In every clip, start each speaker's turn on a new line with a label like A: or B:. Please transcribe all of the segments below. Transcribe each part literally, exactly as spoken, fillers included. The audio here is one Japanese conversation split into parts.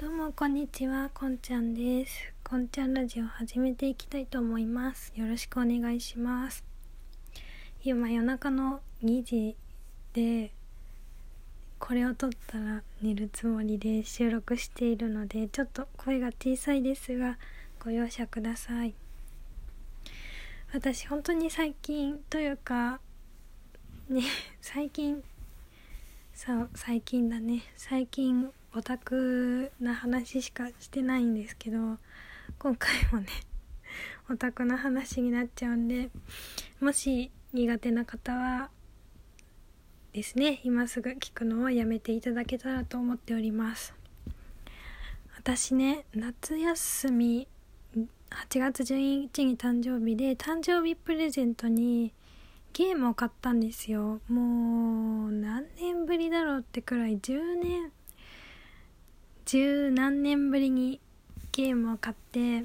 A: どうもこんにちは、こんちゃんです。こんちゃんラジオ始めていきたいと思います。よろしくお願いします。今夜中のにじでこれを撮ったら寝るつもりで収録しているので、ちょっと声が小さいですがご容赦ください。私本当に最近というかね最近そう最近だね最近オタクな話しかしてないんですけど、今回もねオタクな話になっちゃうんで、もし苦手な方はですね、今すぐ聞くのをやめていただけたらと思っております。私ね、夏休みはちがつじゅうににちに誕生日で、誕生日プレゼントにゲームを買ったんですよ。もう何年ぶりだろうってくらい、じゅうねん十何年ぶりにゲームを買って、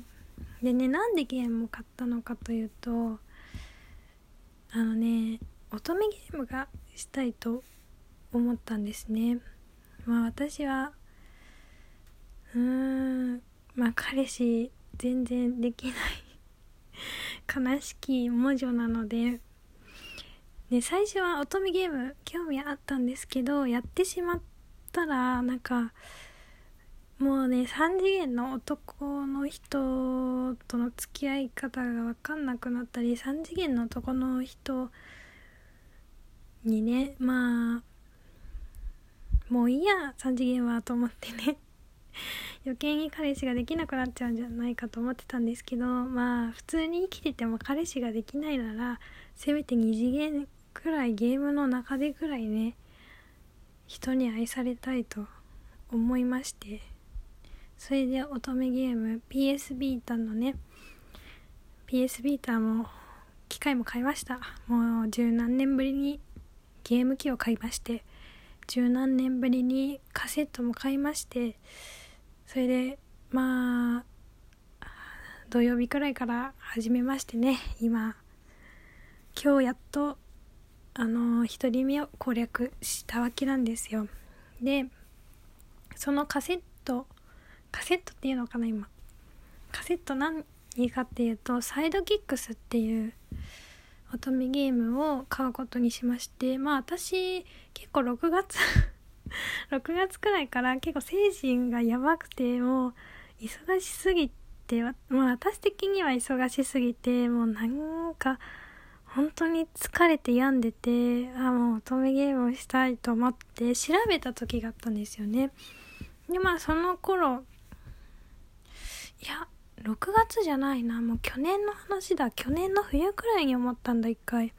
A: でね、なんでゲームを買ったのかというと、あのね乙女ゲームがしたいと思ったんですね。まあ私はうーんまあ彼氏全然できない悲しき魔女なので、で最初は乙女ゲーム興味あったんですけど、やってしまったらなんかもうね、さん次元の男の人との付き合い方が分かんなくなったり、さん次元の男の人にね、まあもういいやさん次元はと思ってね余計に彼氏ができなくなっちゃうんじゃないかと思ってたんですけど、まあ普通に生きてても彼氏ができないなら、せめてに次元くらいゲームの中でくらいね、人に愛されたいと思いまして、それで乙女ゲーム ピーエス ビータのね ピーエス ビータも機械も買いました。もう十何年ぶりにゲーム機を買いまして、十何年ぶりにカセットも買いまして、それでまあ土曜日くらいから始めましてね、今今日やっとあの一人目を攻略したわけなんですよ。でそのカセットカセットっていうのかな、今カセット何かっていうと、サイドキックスっていう乙女ゲームを買うことにしまして、まあ私結構ろくがつろくがつくらいから結構精神がやばくて、もう忙しすぎて、まあ私的には忙しすぎて、もうなんか本当に疲れて病んでて、あもう乙女ゲームをしたいと思って調べた時があったんですよね。でまあその頃、いやろくがつじゃないな、もう去年の話だ。去年の冬くらいに思ったんだ、一回。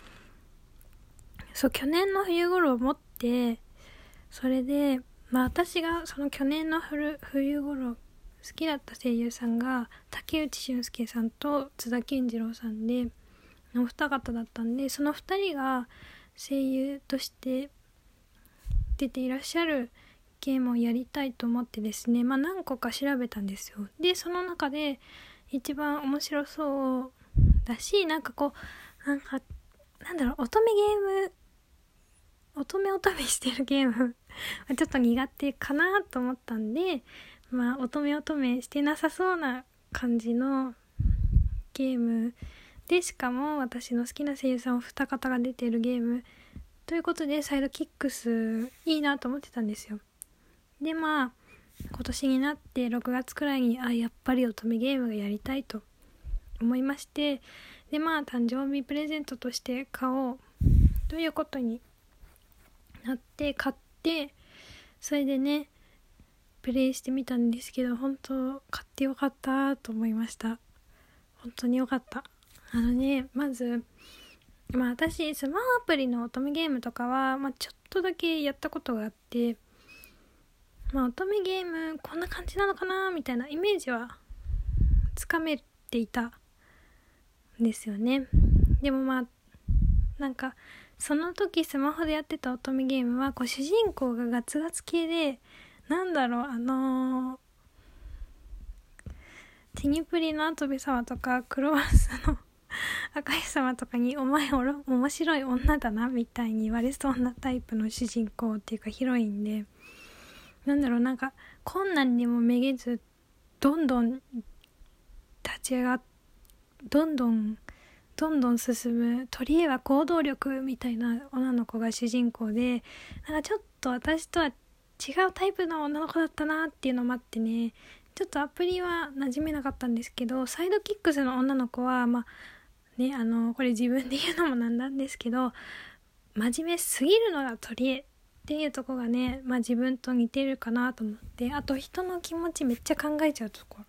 A: そう去年の冬頃思って、それでまあ私がその去年の冬冬頃好きだった声優さんが竹内俊介さんと津田健次郎さんで、お二方だったんで、その二人が声優として出ていらっしゃるゲームをやりたいと思ってですね、まあ何個か調べたんですよ。でその中で一番面白そうだし、なんかこうなんかなんだろう、乙女ゲーム乙女乙女してるゲームちょっと苦手かなと思ったんで、まあ乙女乙女してなさそうな感じのゲームで、しかも私の好きな声優さんお二方が出ているゲームということで、サイドキックスいいなと思ってたんですよ。でまあ今年になってろくがつくらいに、あやっぱり乙女ゲームがやりたいと思いまして、でまあ誕生日プレゼントとして買おうということになって買って、それでねプレイしてみたんですけど、本当買ってよかったと思いました。本当によかった。あのね、まずまあ私スマホアプリの乙女ゲームとかは、まあ、ちょっとだけやったことがあって、まあ乙女ゲームこんな感じなのかなみたいなイメージはつかめていたんですよね。でもまあなんかその時スマホでやってた乙女ゲームはこう主人公がガツガツ系で、なんだろうあのー、テニプリの跡部様とかクロワッサの赤井様とかに、お前おろ面白い女だなみたいに言われそうなタイプの主人公っていうかヒロインで、 なんだろう、なんか困難にもめげずどんどん立ち上がっどんどんどんどん進む、取り柄は行動力みたいな女の子が主人公で、なんかちょっと私とは違うタイプの女の子だったなっていうのもあってね、ちょっとアプリは馴染めなかったんですけど、サイドキックスの女の子はまあね、あのこれ自分で言うのもなんなんですけど、真面目すぎるのが取り柄っていうとこがね、まあ自分と似てるかなと思って、あと人の気持ちめっちゃ考えちゃうとこ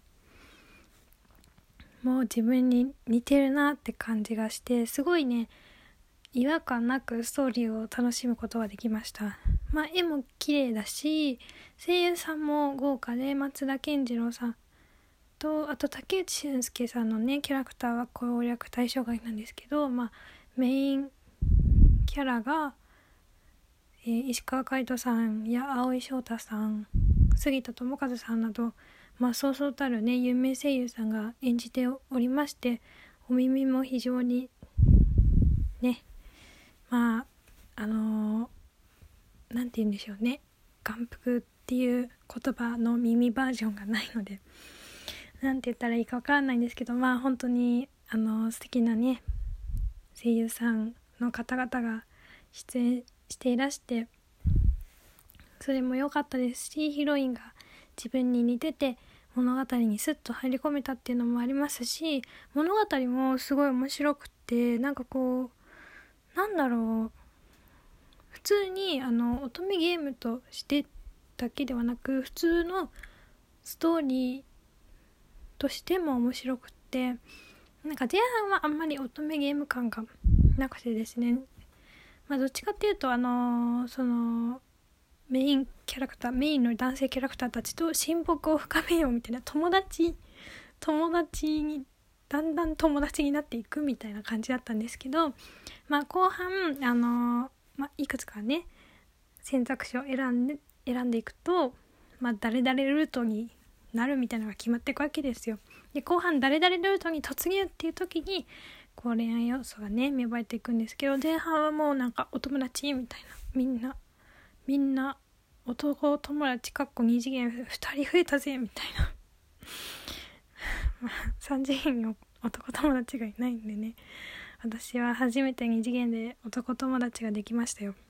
A: ろもう自分に似てるなって感じがして、すごいね違和感なくストーリーを楽しむことができました。まあ絵も綺麗だし、声優さんも豪華で、松田健次郎さんと、あと竹内俊介さんのねキャラクターは攻略対象外なんですけど、まあメインキャラが、えー、石川海人さんや蒼井翔太さん、杉田智和さんなど、まあそうそうたるね有名声優さんが演じておりまして、お耳も非常にね、まああのー、なんて言うんでしょうね、眼福っていう言葉の耳バージョンがないので、なんて言ったらいいかわからないんですけど、まあ本当にあのー、素敵なね声優さんの方々が出演していらして、それも良かったですし、ヒロインが自分に似てて物語にスッと入り込めたっていうのもありますし、物語もすごい面白くて、なんかこうなんだろう、普通にあの乙女ゲームとしてだけではなく、普通のストーリーとしても面白くって、なんか前半はあんまり乙女ゲーム感がなくてですね、まあどっちかっていうとあのー、そのメインキャラクターメインの男性キャラクターたちと親睦を深めようみたいな、友達友達にだんだん友達になっていくみたいな感じだったんですけど、まあ後半あのー、まあいくつかね選択肢を選んで選んでいくと、まあ誰々ルートになるみたいなのが決まっていくわけですよ。で後半誰々ルートに突入っていう時にこう恋愛要素がね芽生えていくんですけど、前半はもうなんかお友達みたいな、みんなみんな男友達かっこに次元ふたり増えたぜみたいなまあさん次元に男友達がいないんでね、私は初めてに次元で男友達ができましたよ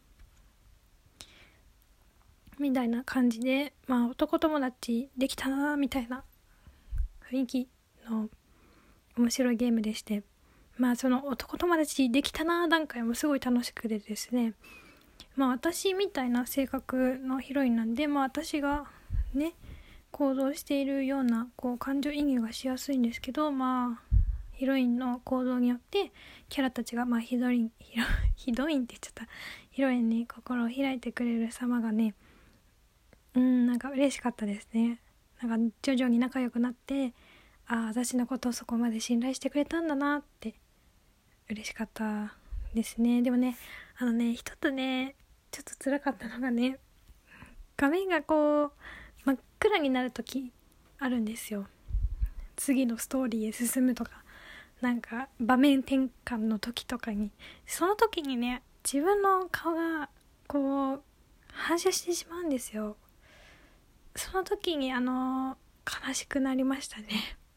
A: みたいな感じで、まあ男友達できたなみたいな雰囲気の面白いゲームでして、まあその男友達できたな段階もすごい楽しくてですね、まあ私みたいな性格のヒロインなんで、まあ私がね行動しているようなこう感情移入がしやすいんですけど、まあヒロインの行動によってキャラたちがまあヒロインヒロヒロインって言っちゃったヒロインに心を開いてくれる様がね、うんなんか嬉しかったですね。なんか徐々に仲良くなって、ああ私のことをそこまで信頼してくれたんだなって嬉しかったですね。でもねあのね一つねちょっと辛かったのがね、画面がこう真っ暗になる時あるんですよ。次のストーリーへ進むとか、なんか場面転換の時とかに、その時にね自分の顔がこう反射してしまうんですよ。その時にあの悲しくなりましたね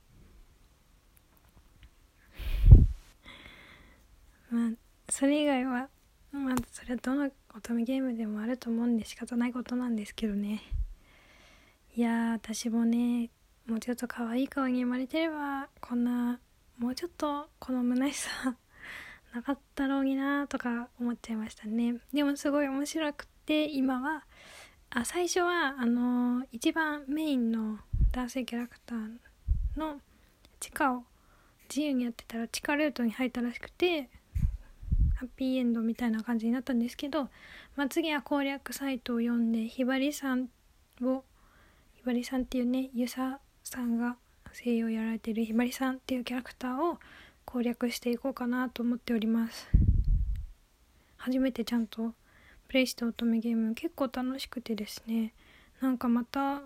A: まあそれ以外はまあそれはどの乙女ゲームでもあると思うんで仕方ないことなんですけどね。いやー私もねもうちょっと可愛い顔に生まれてればこんなもうちょっとこの虚しさなかったろうになとか思っちゃいましたね。でもすごい面白くて、今はあ最初はあのー、一番メインの男性キャラクターの地下を自由にやってたら地下ルートに入ったらしくてハッピーエンドみたいな感じになったんですけど、まあ、次は攻略サイトを読んでひばりさんをひばりさんっていうねゆささんが声優をやられているひばりさんっていうキャラクターを攻略していこうかなと思っております。初めてちゃんとプレイした乙女ゲーム結構楽しくてですね、なんかまた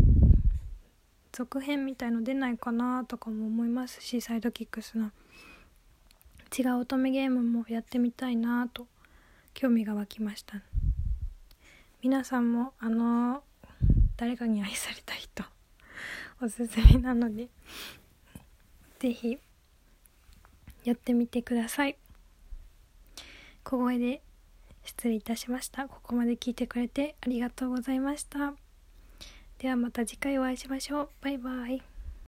A: 続編みたいの出ないかなとかも思いますし、サイドキックスの違う乙女ゲームもやってみたいなと興味が湧きました。皆さんもあの誰かに愛された人おすすめなのでぜひやってみてください。小声で失礼いたしました。ここまで聞いてくれてありがとうございました。ではまた次回お会いしましょう。バイバイ。